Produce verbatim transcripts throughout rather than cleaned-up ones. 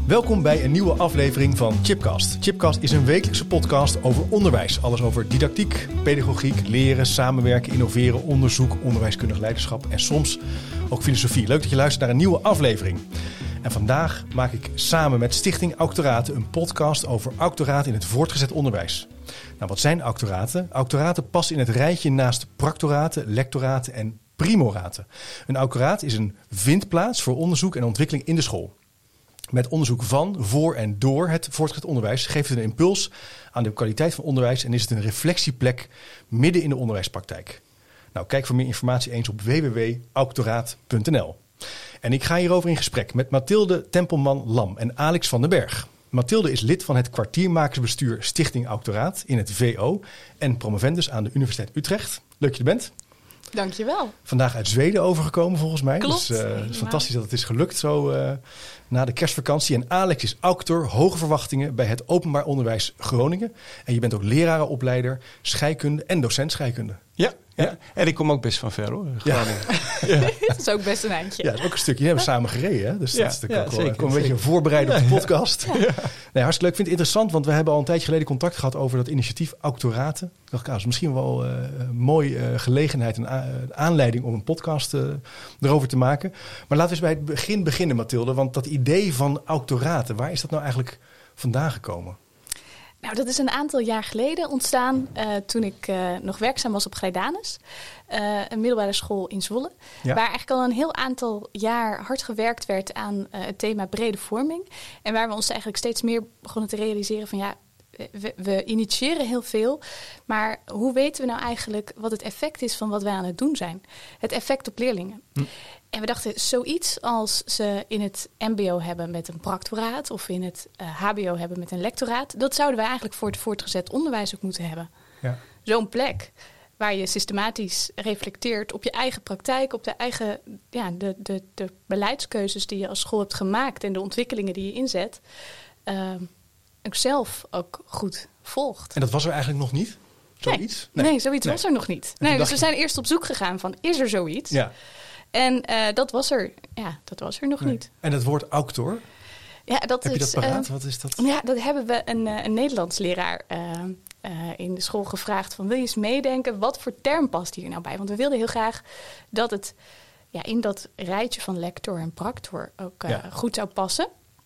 Welkom bij een nieuwe aflevering van Chipcast. Chipcast is een wekelijkse podcast over onderwijs. Alles over didactiek, pedagogiek, leren, samenwerken, innoveren, onderzoek, onderwijskundig leiderschap en soms ook filosofie. Leuk dat je luistert naar een nieuwe aflevering. En vandaag maak ik samen met Stichting Auctoraten een podcast over auctoraten in het voortgezet onderwijs. Nou, wat zijn auctoraten? Auctoraten passen in het rijtje naast proctoraten, lectoraten en primoraten. Een auctoraat is een vindplaats voor onderzoek en ontwikkeling in de school. Met onderzoek van, voor en door het voortgezet onderwijs geeft het een impuls aan de kwaliteit van onderwijs en is het een reflectieplek midden in de onderwijspraktijk. Nou, kijk voor meer informatie eens op w w w punt auctoraat punt n l. En ik ga hierover in gesprek met Mathilde Tempelman-Lam en Alex van den Berg. Mathilde is lid van het kwartiermakersbestuur Stichting Auctoraat in het V O en promovendus aan de Universiteit Utrecht. Leuk dat je er bent. Dankjewel. Vandaag uit Zweden overgekomen volgens mij. Klopt. Dus uh, het is fantastisch dat het is gelukt zo uh, na de kerstvakantie. En Alex is auctor hoge verwachtingen bij het Openbaar Onderwijs Groningen. En je bent ook lerarenopleider scheikunde en docent scheikunde. Ja, ja. ja. En ik kom ook best van ver hoor. Ja. Ja. Dat is ook best een eindje. Ja, dat is ook een stukje. Je hebben samen gereden. Hè? Dus ja, dat is ja, ook wel zeker, een beetje voorbereiden op de podcast. Ja. Ja. Nee, hartstikke leuk. Ik vind het interessant, want we hebben al een tijdje geleden contact gehad over dat initiatief Auctoraten. Ik dacht, ah, dat is misschien wel uh, een mooie uh, gelegenheid, een, a- een aanleiding om een podcast uh, erover te maken. Maar laten we eens bij het begin beginnen, Mathilde. Want dat idee van Auctoraten, waar is dat nou eigenlijk vandaan gekomen? Nou, dat is een aantal jaar geleden ontstaan uh, toen ik uh, nog werkzaam was op Greidanus. Uh, een middelbare school in Zwolle. Ja. Waar eigenlijk al een heel aantal jaar hard gewerkt werd aan uh, het thema brede vorming. En waar we ons eigenlijk steeds meer begonnen te realiseren van ja, we, we initiëren heel veel. Maar hoe weten we nou eigenlijk wat het effect is van wat wij aan het doen zijn? Het effect op leerlingen. Hm. En we dachten, zoiets als ze in het mbo hebben met een proctoraat of in het uh, hbo hebben met een lectoraat, dat zouden wij eigenlijk voor het voortgezet onderwijs ook moeten hebben. Ja. Zo'n plek waar je systematisch reflecteert op je eigen praktijk, op de eigen ja, de, de, de beleidskeuzes die je als school hebt gemaakt en de ontwikkelingen die je inzet, uh, ook zelf ook goed volgt. En dat was er eigenlijk nog niet? Zoiets? Nee, nee zoiets nee. was er nog niet. Nee, dus we zijn eerst op zoek gegaan van, is er zoiets? Ja. En uh, dat was er, ja, dat was er nog nee. niet. En het woord auctor? Ja, dat Heb is, je dat paraat? Uh, Wat is dat? Ja, dat hebben we een, uh, een Nederlands leraar uh, uh, in de school gevraagd van, wil je eens meedenken, wat voor term past hier nou bij? Want we wilden heel graag dat het ja, in dat rijtje van lector en practor ook uh, ja. goed zou passen.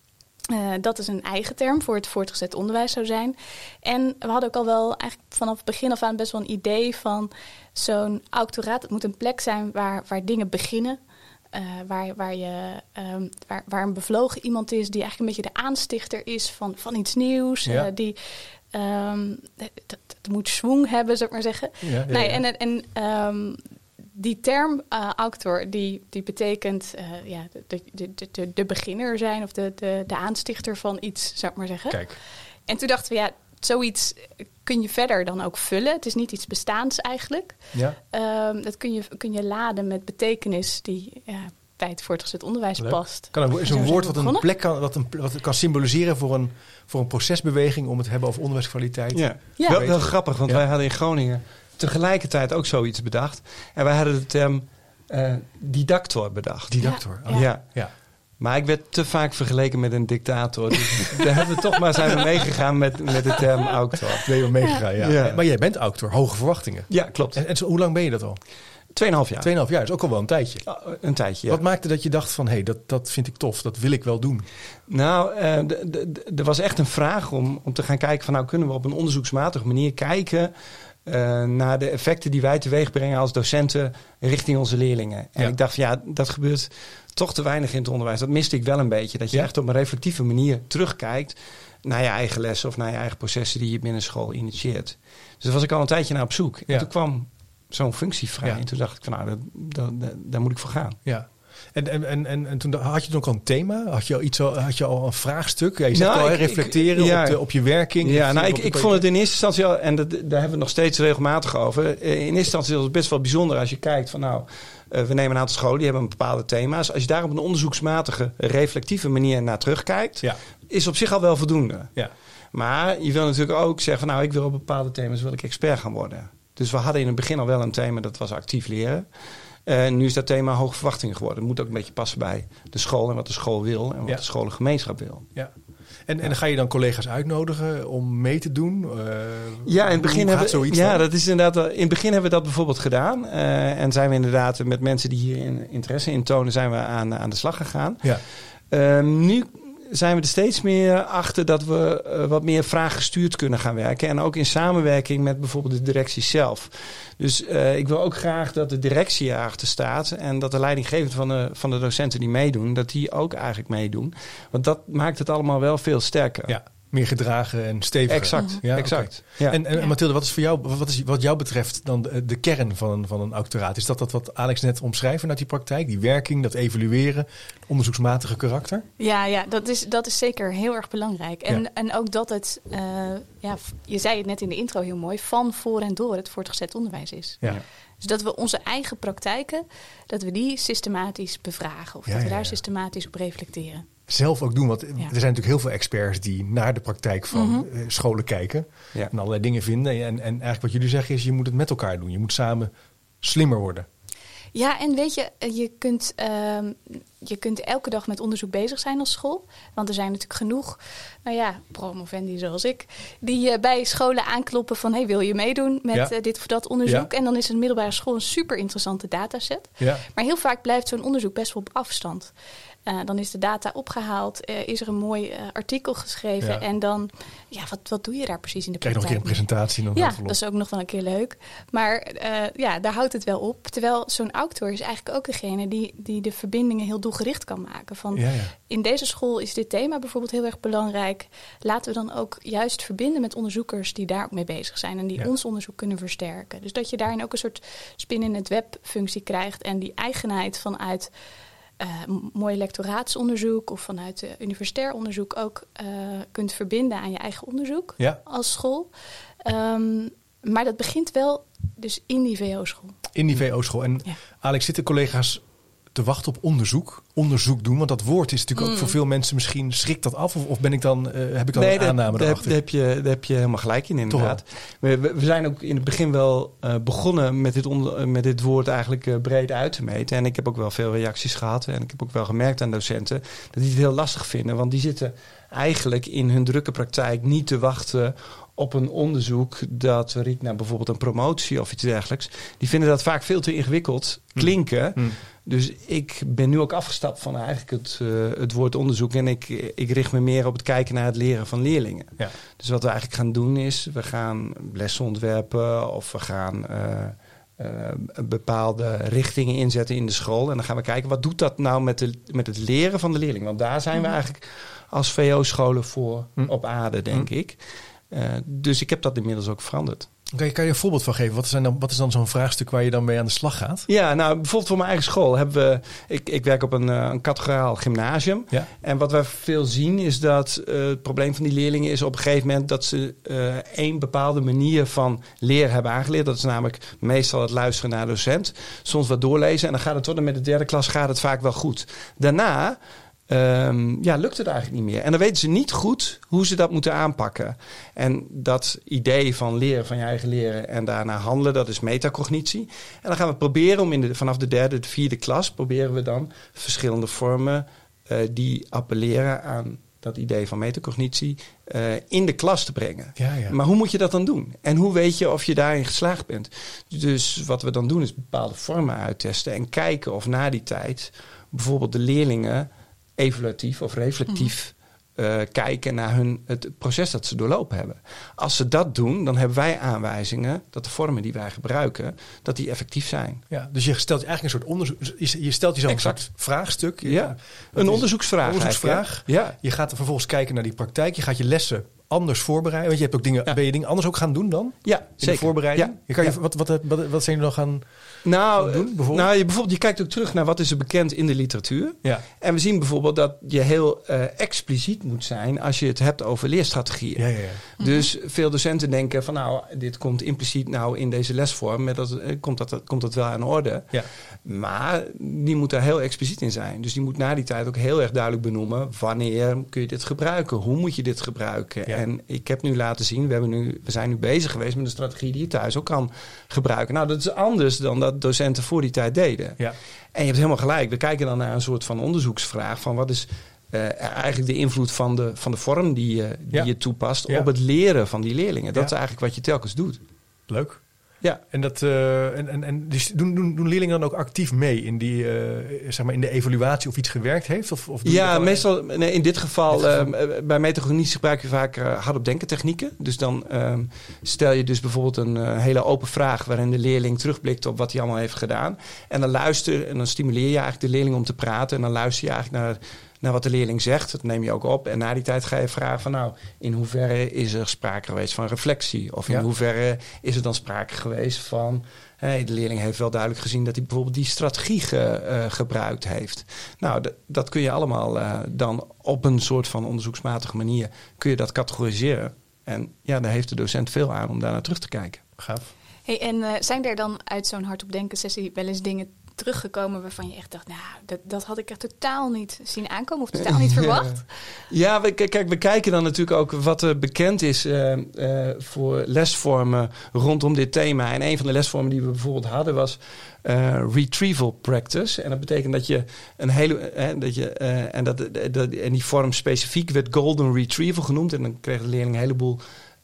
Uh, dat is een eigen term voor het voortgezet onderwijs zou zijn. En we hadden ook al wel eigenlijk vanaf het begin af aan best wel een idee van zo'n auctoraat. Het moet een plek zijn waar, waar dingen beginnen. Uh, waar, waar, je, um, waar, waar een bevlogen iemand is die eigenlijk een beetje de aanstichter is van, van iets nieuws. Ja. Uh, die um, dat, dat moet schwung hebben, zou ik maar zeggen. Ja, ja, nee, ja. En, en um, die term uh, auctor, die, die betekent uh, ja, de, de, de, de beginner zijn of de, de, de aanstichter van iets, zou ik maar zeggen. Kijk. En toen dachten we, ja, zoiets kun je verder dan ook vullen. Het is niet iets bestaans eigenlijk. Ja. Um, dat kun je, kun je laden met betekenis die ja, bij het voortgezet onderwijs Leuk. past. Kan een, is een woord wat een plek kan, wat een, wat kan symboliseren voor een, voor een procesbeweging om het te hebben over onderwijskwaliteit. Ja, ja. Wel, wel grappig, want ja. wij hadden in Groningen tegelijkertijd ook zoiets bedacht. En wij hadden de term uh, didactor bedacht. Didactor, ja. Oh. ja. ja. Maar ik werd te vaak vergeleken met een dictator. Dus daar hebben we toch maar zijn we meegegaan met, met de term auctor. Ben je meegegaan, ja. ja. Maar jij bent auctor, hoge verwachtingen. Ja, klopt. En, en zo, hoe lang ben je dat al? Tweeënhalf jaar. Tweeënhalf jaar, is ook al wel een tijdje. Uh, een tijdje, ja. Wat maakte dat je dacht van, hé, hey, dat, dat vind ik tof, dat wil ik wel doen? Nou, uh, er was echt een vraag om, om te gaan kijken van, nou kunnen we op een onderzoeksmatige manier kijken Uh, naar de effecten die wij teweeg brengen als docenten richting onze leerlingen. En ja. ik dacht van ja, dat gebeurt toch te weinig in het onderwijs. Dat miste ik wel een beetje. Dat je ja. echt op een reflectieve manier terugkijkt naar je eigen lessen of naar je eigen processen die je binnen school initieert. Dus daar was ik al een tijdje naar op zoek. Ja. En toen kwam zo'n functie vrij. Ja. En toen dacht ik van nou, dat, dat, dat, daar moet ik voor gaan. Ja. En, en, en, en, en toen had je toen ook al een thema? Had je al, iets, had je al een vraagstuk? Ja, je zegt nou, al, ik, reflecteren ik, ja, op, de, op je werking. Ja, nou, ik, ik vond het in eerste instantie al, en dat, daar hebben we het nog steeds regelmatig over. In eerste instantie is het best wel bijzonder als je kijkt van nou, uh, we nemen een aantal scholen, die hebben bepaalde thema's. Als je daar op een onderzoeksmatige, reflectieve manier naar terugkijkt, ja. is op zich al wel voldoende. Ja. Maar je wil natuurlijk ook zeggen van nou, ik wil op bepaalde thema's wil ik expert gaan worden. Dus we hadden in het begin al wel een thema, dat was actief leren. Uh, nu is dat thema hoge verwachtingen geworden. Het moet ook een beetje passen bij de school en wat de school wil en wat ja. de scholengemeenschap wil. Ja. En, en ga je dan collega's uitnodigen om mee te doen? Uh, ja, in het begin hebben zoiets ja, dan? dat is inderdaad. In het begin hebben we dat bijvoorbeeld gedaan. Uh, en zijn we inderdaad met mensen die hier interesse in tonen, zijn we aan, aan de slag gegaan. Ja. Uh, nu zijn we er steeds meer achter dat we uh, wat meer vraaggestuurd kunnen gaan werken. En ook in samenwerking met bijvoorbeeld de directie zelf. Dus uh, ik wil ook graag dat de directie erachter staat. En dat de leidinggevende van de, van de docenten die meedoen, dat die ook eigenlijk meedoen. Want dat maakt het allemaal wel veel sterker. Ja. Meer gedragen en steviger. Exact, ja, exact. Okay. Ja. En, en ja. Mathilde, wat is voor jou, wat is wat jou betreft dan de, de kern van, van een auctoraat? Is dat dat wat Alex net omschrijft vanuit die praktijk? Die werking, dat evalueren, onderzoeksmatige karakter? Ja, ja dat, is, dat is zeker heel erg belangrijk. En, ja. en ook dat het, uh, ja, je zei het net in de intro heel mooi, van, voor en door het voortgezet onderwijs is. Ja. Dus dat we onze eigen praktijken, dat we die systematisch bevragen. Of ja, dat we ja, daar ja. systematisch op reflecteren. Zelf ook doen, want ja. er zijn natuurlijk heel veel experts die naar de praktijk van mm-hmm. scholen kijken. Ja. En allerlei dingen vinden. En, en eigenlijk wat jullie zeggen is, je moet het met elkaar doen. Je moet samen slimmer worden. Ja, en weet je, je kunt, uh, je kunt elke dag met onderzoek bezig zijn als school. Want er zijn natuurlijk genoeg, nou ja, promovendi zoals ik, die uh, bij scholen aankloppen van, hey, wil je meedoen met ja. uh, dit of dat onderzoek? Ja. En dan is een middelbare school een super interessante dataset. Ja. Maar heel vaak blijft zo'n onderzoek best wel op afstand. Uh, dan is de data opgehaald, uh, is er een mooi uh, artikel geschreven. Ja. En dan, ja, wat, wat doe je daar precies in de praktijk? Krijg je nog een keer een presentatie? Dan ja, dat is ook nog wel een keer leuk. Maar uh, ja, daar houdt het wel op. Terwijl zo'n auctor is eigenlijk ook degene die, die de verbindingen heel doelgericht kan maken. Van, ja, ja. In deze school is dit thema bijvoorbeeld heel erg belangrijk. Laten we dan ook juist verbinden met onderzoekers die daar ook mee bezig zijn. En die ja. ons onderzoek kunnen versterken. Dus dat je daarin ook een soort spin in het web functie krijgt. En die eigenheid vanuit Uh, mooi lectoraatsonderzoek of vanuit uh, universitair onderzoek ook uh, kunt verbinden aan je eigen onderzoek ja. als school. Um, maar dat begint wel dus in die V O-school. In die V O-school. En ja. Alex, zitten collega's te wachten op onderzoek? Onderzoek doen, want dat woord is natuurlijk mm. ook voor veel mensen misschien schrikt dat af. Of, of ben ik dan, uh, heb ik dan nee, een aanname daar, erachter? Daar heb, je, daar heb je helemaal gelijk in, inderdaad. We, we zijn ook in het begin wel uh, begonnen met dit, onder, met dit woord eigenlijk uh, breed uit te meten. En ik heb ook wel veel reacties gehad. En ik heb ook wel gemerkt aan docenten dat die het heel lastig vinden. Want die zitten eigenlijk in hun drukke praktijk niet te wachten op een onderzoek dat riekt naar bijvoorbeeld een promotie of iets dergelijks. Die vinden dat vaak veel te ingewikkeld klinken. Mm. Mm. Dus ik ben nu ook afgestapt van eigenlijk het, uh, het woord onderzoek. En ik, ik richt me meer op het kijken naar het leren van leerlingen. Ja. Dus wat we eigenlijk gaan doen is, we gaan lessen ontwerpen of we gaan uh, uh, bepaalde richtingen inzetten in de school. En dan gaan we kijken, wat doet dat nou met, de, met het leren van de leerling? Want daar zijn we eigenlijk als V O-scholen voor mm. op aarde, denk mm. ik. Uh, dus ik heb dat inmiddels ook veranderd. Okay, kan je een voorbeeld van geven? Wat is dan, wat is dan zo'n vraagstuk waar je dan mee aan de slag gaat? Ja, nou bijvoorbeeld voor mijn eigen school hebben we. Ik, ik werk op een, uh, een categoraal gymnasium. Ja. En wat wij veel zien is dat uh, het probleem van die leerlingen is op een gegeven moment dat ze uh, één bepaalde manier van leren hebben aangeleerd. Dat is namelijk meestal het luisteren naar de docent. Soms wat doorlezen. En dan gaat het tot en met de derde klas gaat het vaak wel goed. Daarna Um, ja, lukt het eigenlijk niet meer. En dan weten ze niet goed hoe ze dat moeten aanpakken. En dat idee van leren van je eigen leren en daarna handelen, dat is metacognitie. En dan gaan we proberen om in de, vanaf de derde, de vierde klas, proberen we dan verschillende vormen uh, die appelleren aan dat idee van metacognitie uh, in de klas te brengen. Ja, ja. Maar hoe moet je dat dan doen? En hoe weet je of je daarin geslaagd bent? Dus wat we dan doen is bepaalde vormen uittesten en kijken of na die tijd bijvoorbeeld de leerlingen evaluatief of reflectief uh, kijken naar hun, het proces dat ze doorlopen hebben. Als ze dat doen, dan hebben wij aanwijzingen dat de vormen die wij gebruiken, dat die effectief zijn. Ja, dus je stelt eigenlijk een soort onderzoek. Je stelt jezelf exact. een soort vraagstuk. Ja, een onderzoeksvraag. onderzoeksvraag. Ja. Je gaat er vervolgens kijken naar die praktijk. Je gaat je lessen anders voorbereiden. Want je hebt ook dingen. Ja. Ben je dingen anders ook gaan doen dan? Ja, in zeker. De voorbereiding. Ja. Je kan je, ja. wat, wat, wat, wat zijn jullie dan gaan nou, doen? Bijvoorbeeld? Nou, je, bijvoorbeeld, je kijkt ook terug naar wat is er bekend in de literatuur. Ja. En we zien bijvoorbeeld dat je heel uh, expliciet moet zijn als je het hebt over leerstrategieën. Ja, ja, ja. Dus veel docenten denken van nou, dit komt impliciet nou in deze lesvorm. Met dat, uh, komt, dat, komt dat wel aan orde. Ja. Maar die moet daar heel expliciet in zijn. Dus die moet na die tijd ook heel erg duidelijk benoemen wanneer kun je dit gebruiken? Hoe moet je dit gebruiken? Ja, Ja. En ik heb nu laten zien, we, hebben nu, we zijn nu bezig geweest met een strategie die je thuis ook kan gebruiken. Nou, dat is anders dan dat docenten voor die tijd deden. Ja. En je hebt helemaal gelijk. We kijken dan naar een soort van onderzoeksvraag van wat is uh, eigenlijk de invloed van de, van de vorm die, uh, die ja. je toepast ja. op het leren van die leerlingen. Dat ja. is eigenlijk wat je telkens doet. Leuk. Ja, en, dat, uh, en, en, en dus doen, doen, doen leerlingen dan ook actief mee in, die, uh, zeg maar in de evaluatie of iets gewerkt heeft? Of, of ja, meestal nee, in dit geval, dit geval. Uh, bij metacognitie gebruik je vaak uh, hardop denken technieken. Dus dan uh, stel je dus bijvoorbeeld een uh, hele open vraag waarin de leerling terugblikt op wat hij allemaal heeft gedaan. En dan luister en dan stimuleer je eigenlijk de leerling om te praten. En dan luister je eigenlijk naar... naar wat de leerling zegt. Dat neem je ook op. En na die tijd ga je vragen van nou, in hoeverre is er sprake geweest van reflectie? Of in ja. hoeverre is er dan sprake geweest van... Hey, de leerling heeft wel duidelijk gezien dat hij bijvoorbeeld die strategie ge, uh, gebruikt heeft. Nou, d- dat kun je allemaal uh, dan op een soort van onderzoeksmatige manier... kun je dat categoriseren. En ja, daar heeft de docent veel aan om daar naar terug te kijken. Gaaf. Hey, en uh, zijn er dan uit zo'n hardop denken sessie wel eens dingen teruggekomen waarvan je echt dacht, nou, dat, dat had ik echt totaal niet zien aankomen of totaal niet verwacht? Ja, we, kijk, we kijken dan natuurlijk ook wat er bekend is uh, uh, voor lesvormen rondom dit thema. En een van de lesvormen die we bijvoorbeeld hadden was uh, retrieval practice. En dat betekent dat je een hele, uh, dat je uh, en dat, dat en die vorm specifiek werd golden retrieval genoemd. En dan kreeg de leerling een heleboel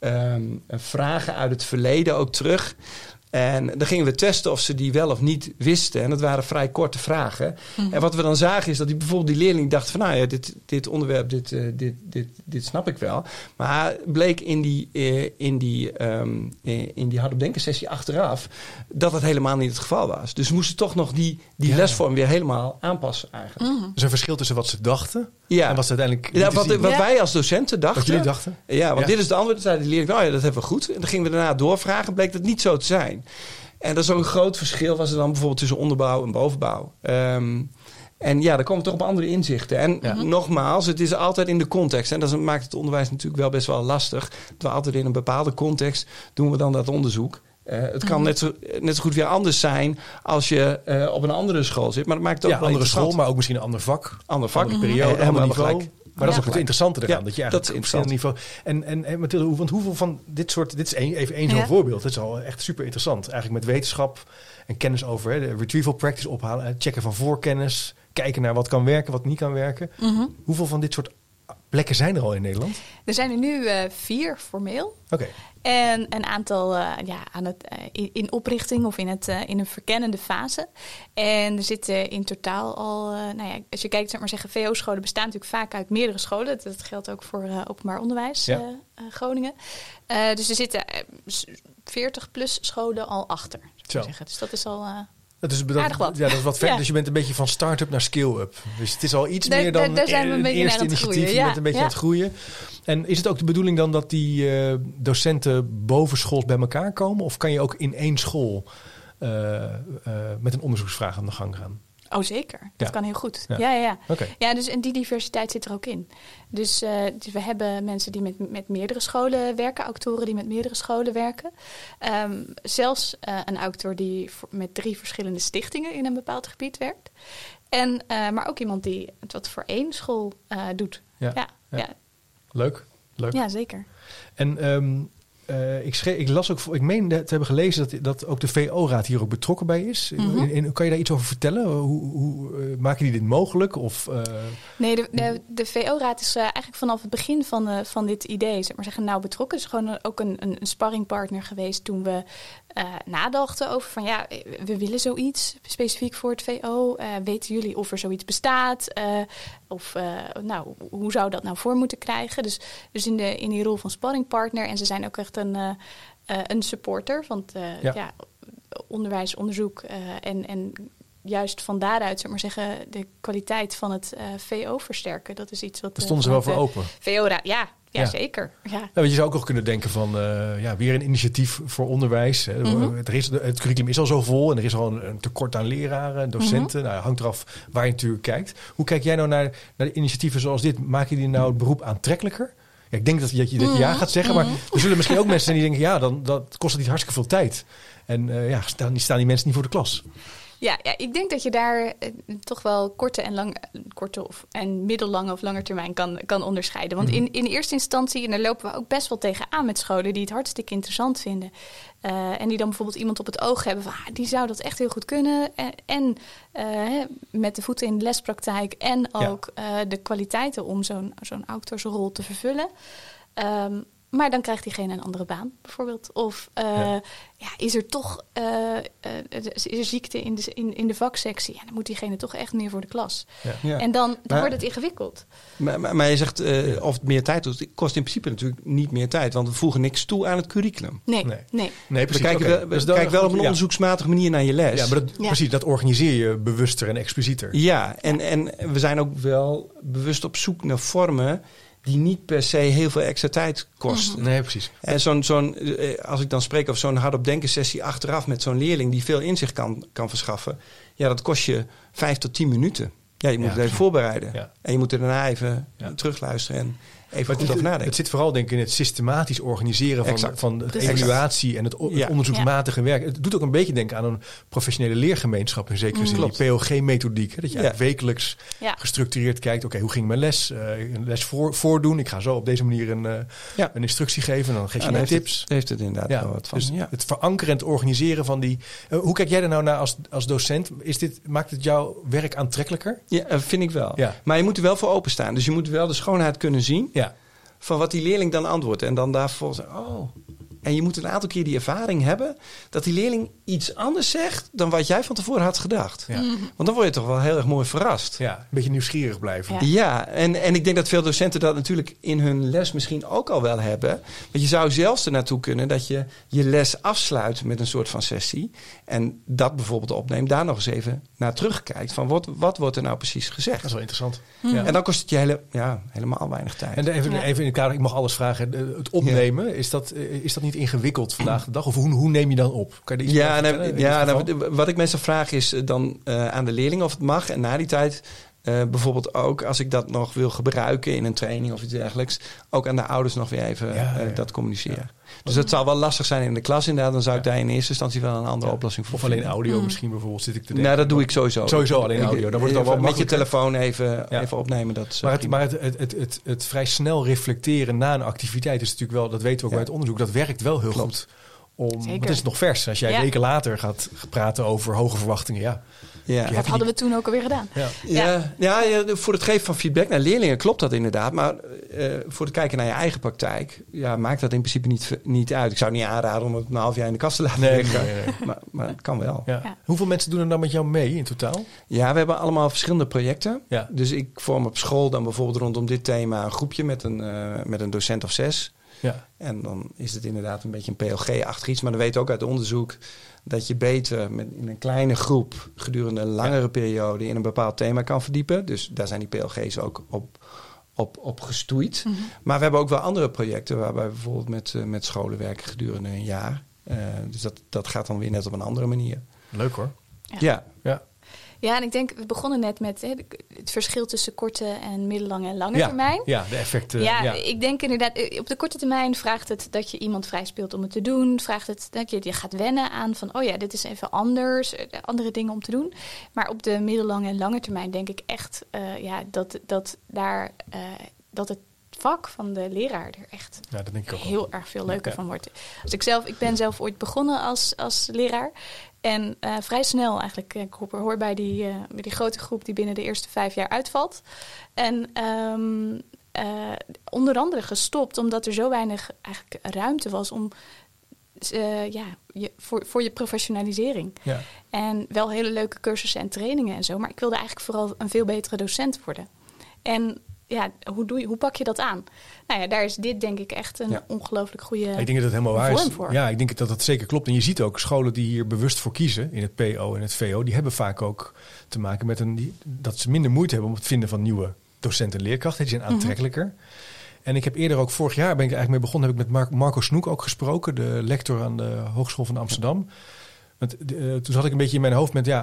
um, vragen uit het verleden ook terug. En dan gingen we testen of ze die wel of niet wisten. En dat waren vrij korte vragen. Mm-hmm. En wat we dan zagen is dat die, bijvoorbeeld die leerling dacht van... nou ja, dit, dit onderwerp, dit, uh, dit, dit, dit snap ik wel. Maar bleek in die, uh, in die, um, in die hardop denken sessie achteraf... dat dat helemaal niet het geval was. Dus we moesten toch nog die, die ja. lesvorm weer helemaal aanpassen eigenlijk. Mm-hmm. Dus een verschil tussen wat ze dachten... Ja. en wat ze uiteindelijk ja, wat, wat ja. wij als docenten dachten... Wat jullie dachten? Ja, want ja. dit is de antwoord. Dan zei de leerling, nou ja, dat hebben we goed. En dan gingen we daarna doorvragen. Bleek dat niet zo te zijn. En dat is ook een groot verschil was er dan bijvoorbeeld tussen onderbouw en bovenbouw. Um, en ja, dan komen we toch op andere inzichten. En ja. nogmaals, het is altijd in de context. En dat maakt het onderwijs natuurlijk wel best wel lastig. Dat we altijd in een bepaalde context doen we dan dat onderzoek. Uh, het kan net zo, net zo goed weer anders zijn als je uh, op een andere school zit. Maar dat maakt het ook ja, wel andere school, maar ook misschien een ander vak. Ander vak. Andere periode, mm-hmm. ander niveau. Gelijk. Maar dat is ook het interessante eraan. Ja, dat je eigenlijk op verschillende niveau... En, en, en Mathilde, want hoeveel van dit soort... Dit is een, even één zo'n ja. voorbeeld. Dat is al echt super interessant. Eigenlijk met wetenschap en kennis over... Hè, de retrieval practice ophalen. Checken van voorkennis. Kijken naar wat kan werken, wat niet kan werken. Mm-hmm. Hoeveel van dit soort plekken zijn er al in Nederland? Er zijn er nu uh, vier formeel. Oké. Okay. En een aantal uh, ja, aan het, uh, in, in oprichting of in, het, uh, in een verkennende fase. En er zitten in totaal al, uh, nou ja, als je kijkt, zeg maar zeggen, V O-scholen bestaan natuurlijk vaak uit meerdere scholen. Dat, dat geldt ook voor uh, openbaar onderwijs, ja. uh, uh, Groningen. Uh, dus er zitten uh, veertig plus scholen al achter, zou ik zeggen. Dus dat is al... Uh, Dat is, dat, ja, dat is wat ver. Ja. Dus je bent een beetje van start-up naar skill-up. Dus het is al iets daar, meer dan daar zijn we een een eerste initiatief. Je ja. bent een beetje ja. aan het groeien. En is het ook de bedoeling dan dat die uh, docenten bovenschools bij elkaar komen? Of kan je ook in één school uh, uh, met een onderzoeksvraag aan de gang gaan? Oh, zeker. Dat ja. kan heel goed. Ja, ja, ja. Okay. ja dus, en die diversiteit zit er ook in. Dus, uh, dus we hebben mensen die met, met meerdere scholen werken, autoren die met meerdere scholen werken. Um, zelfs uh, een autor die voor, met drie verschillende stichtingen in een bepaald gebied werkt. En, uh, maar ook iemand die het wat voor één school uh, doet. Ja, ja, ja. ja. Leuk, leuk. Ja, zeker. En... Um, Uh, ik, schreef, ik las ook, ik meen te hebben gelezen dat, dat ook de V O-raad hier ook betrokken bij is. Mm-hmm. In, in, kan je daar iets over vertellen? Hoe, hoe uh, maken die dit mogelijk? Of, uh... Nee, de, de, de V O-raad is uh, eigenlijk vanaf het begin van, uh, van dit idee, zeg maar zeggen, nauw betrokken. Het is gewoon ook een, een, een sparringpartner geweest toen we uh, nadachten over van ja, we willen zoiets specifiek voor het V O. Uh, weten jullie of er zoiets bestaat? Uh, of uh, nou, hoe zou dat nou voor moeten krijgen? Dus, dus in, de, in die rol van sparringpartner. En ze zijn ook echt een, uh, uh, een supporter. Want uh, ja. ja, onderwijs, onderzoek uh, en, en juist van daaruit, zeg maar zeggen, de kwaliteit van het uh, V O versterken. Dat is iets wat... Daar stonden uh, ze wel voor open. V O-raad, ja. Ja, ja, zeker. Ja. Nou, je zou ook nog kunnen denken van uh, ja, weer een initiatief voor onderwijs. Hè. Mm-hmm. Het, is, het curriculum is al zo vol en er is al een, een tekort aan leraren, docenten. Mm-hmm. Nou, hangt eraf waar je natuurlijk kijkt. Hoe kijk jij nou naar, naar de initiatieven zoals dit? Maken die nou het beroep aantrekkelijker? Ja, ik denk dat je, dat je mm-hmm. ja gaat zeggen, maar er zullen misschien ook mensen zijn die denken, ja, dan dat kost het niet hartstikke veel tijd. En uh, ja, staan die, staan die mensen niet voor de klas. Ja, ja, ik denk dat je daar eh, toch wel korte en lang, korte of en middellange of lange termijn kan, kan onderscheiden. Want in, in eerste instantie, en daar lopen we ook best wel tegenaan met scholen die het hartstikke interessant vinden. Uh, en die dan bijvoorbeeld iemand op het oog hebben van ah, die zou dat echt heel goed kunnen. En, en uh, met de voeten in de lespraktijk en ook ja. uh, de kwaliteiten om zo'n, zo'n autorsrol te vervullen. Um, Maar dan krijgt diegene een andere baan, bijvoorbeeld. Of uh, ja. Ja, is er toch uh, uh, is er ziekte in de, in, in de vaksectie? Ja, dan moet diegene toch echt meer voor de klas. Ja. Ja. En dan, dan maar, wordt het ingewikkeld. Maar, maar, maar je zegt uh, of het meer tijd doet. Het kost in principe natuurlijk niet meer tijd. Want we voegen niks toe aan het curriculum. Nee, nee. nee. nee precies. We kijken, okay. we, we dus kijken wel op een onderzoeksmatige manier naar je les. Ja, maar dat, ja. precies, dat organiseer je bewuster en explicieter. Ja, en, en we zijn ook wel bewust op zoek naar vormen die niet per se heel veel extra tijd kosten. Nee, precies. En zo'n, zo'n, als ik dan spreek over zo'n hardop denken sessie achteraf met zo'n leerling die veel inzicht kan, kan verschaffen, ja, dat kost je vijf tot tien minuten. Ja, je moet ja, het even voorbereiden. Ja. En je moet er daarna even ja. terugluisteren en even goed over nadenken. Het zit vooral denk ik in het systematisch organiseren van, exact. van de exact. evaluatie en het, o- ja. het onderzoeksmatige ja. werk. Het doet ook een beetje denken aan een professionele leergemeenschap in zekere mm. zin. Klopt. Die P O G-methodiek. Dat je ja. wekelijks ja. gestructureerd kijkt. Oké, okay, hoe ging mijn les? Uh, een les voor, voordoen. Ik ga zo op deze manier een, uh, ja. een instructie geven. En dan geef je ja, dan tips. Het, heeft het inderdaad ja. wel wat van. Dus ja. het verankeren en het organiseren van die... Uh, hoe kijk jij er nou naar als, als docent? Is dit, maakt het jouw werk aantrekkelijker? Ja, uh, vind ik wel. Ja. Maar je moet er wel voor openstaan. Dus je moet wel de schoonheid kunnen zien. Ja. Van wat die leerling dan antwoordt. En dan daarvoor zeggen, oh. En je moet een aantal keer die ervaring hebben dat die leerling iets anders zegt dan wat jij van tevoren had gedacht. Ja. Want dan word je toch wel heel erg mooi verrast. Ja, een beetje nieuwsgierig blijven. Ja, ja en, en ik denk dat veel docenten dat natuurlijk in hun les misschien ook al wel hebben. Want je zou zelfs er naartoe kunnen dat je je les afsluit met een soort van sessie. En dat bijvoorbeeld opneemt, daar nog eens even naar terugkijkt. Van wat, wat wordt er nou precies gezegd? Dat is wel interessant. Hmm. Ja. En dan kost het je hele, ja, helemaal weinig tijd. En even, ja. even in het kader, ik mag alles vragen. Het opnemen, ja. is, dat, is dat niet ingewikkeld vandaag de dag? Of hoe, hoe neem je dan op? Kan je iets ja, nou, ja nou, wat ik meestal vraag is dan uh, aan de leerling of het mag. En na die tijd uh, bijvoorbeeld ook als ik dat nog wil gebruiken in een training of iets dergelijks, ook aan de ouders nog weer even ja, ja, uh, dat communiceren. Ja. Dus dat zal wel lastig zijn in de klas inderdaad. Dan zou ik ja. daar in eerste instantie wel een andere ja. oplossing voor Of alleen vinden. audio mm. misschien bijvoorbeeld zit ik te denken. Nou, dat doe ik sowieso. Sowieso alleen audio. Dan wordt het al wel met je telefoon even, ja. even opnemen. Dat maar het, maar het, het, het, het, het vrij snel reflecteren na een activiteit is natuurlijk wel, dat weten we ook ja. uit onderzoek, dat werkt wel heel Klopt. goed. Om, want het is nog vers. Als jij ja. weken later gaat praten over hoge verwachtingen, ja. ja. Dat hadden die... we toen ook alweer gedaan. Ja. Ja. Ja, ja, voor het geven van feedback naar leerlingen klopt dat inderdaad. Maar uh, voor het kijken naar je eigen praktijk, ja, maakt dat in principe niet, niet uit. Ik zou het niet aanraden om het een half jaar in de kast te laten nee, liggen. Nee, nee. Maar, maar het kan wel. Ja. Ja. Hoeveel mensen doen er dan met jou mee in totaal? Ja, we hebben allemaal verschillende projecten. Ja. Dus ik vorm op school dan bijvoorbeeld rondom dit thema een groepje met een, uh, met een docent of zes. Ja. En dan is het inderdaad een beetje een P L G-achtig iets. Maar dan weten we ook uit onderzoek dat je beter met, in een kleine groep gedurende een langere ja. periode in een bepaald thema kan verdiepen. Dus daar zijn die P L G's ook op, op, op gestoeid. Mm-hmm. Maar we hebben ook wel andere projecten waarbij we bijvoorbeeld met, uh, met scholen werken gedurende een jaar. Uh, dus dat, dat gaat dan weer net op een andere manier. Leuk hoor. Ja. ja. ja. Ja, en ik denk, we begonnen net met hè, het verschil tussen korte en middellange en lange ja, termijn. Ja, de effecten. Ja, ja, ik denk inderdaad, op de korte termijn vraagt het dat je iemand vrij speelt om het te doen. Vraagt het dat je, je gaat wennen aan van, oh ja, dit is even anders, andere dingen om te doen. Maar op de middellange en lange termijn denk ik echt uh, ja, dat, dat daar uh, dat het vak van de leraar er echt ja, dat denk ik ook heel wel. erg veel leuker ja. van wordt. Dus ik zelf, ik ben zelf ooit begonnen als, als leraar. En uh, vrij snel eigenlijk, ik hoor bij die, uh, bij die grote groep die binnen de eerste vijf jaar uitvalt. En um, uh, onder andere gestopt omdat er zo weinig eigenlijk ruimte was om uh, ja, je, voor, voor je professionalisering. Ja. En wel hele leuke cursussen en trainingen en zo. Maar ik wilde eigenlijk vooral een veel betere docent worden. En ja, hoe, doe je, hoe pak je dat aan? Nou ja, daar is dit denk ik echt een ja. ongelooflijk goede Ik denk dat het helemaal waar is. Voor. Ja, ik denk dat dat zeker klopt. En je ziet ook scholen die hier bewust voor kiezen, in het P O en het V O, die hebben vaak ook te maken met een, die, dat ze minder moeite hebben om het vinden van nieuwe docenten en leerkrachten. Die zijn aantrekkelijker. Mm-hmm. En ik heb eerder ook vorig jaar, ben ik eigenlijk mee begonnen, heb ik met Mar- Marco Snoek ook gesproken, de lector aan de Hogeschool van Amsterdam. Want, uh, toen zat ik een beetje in mijn hoofd met, ja,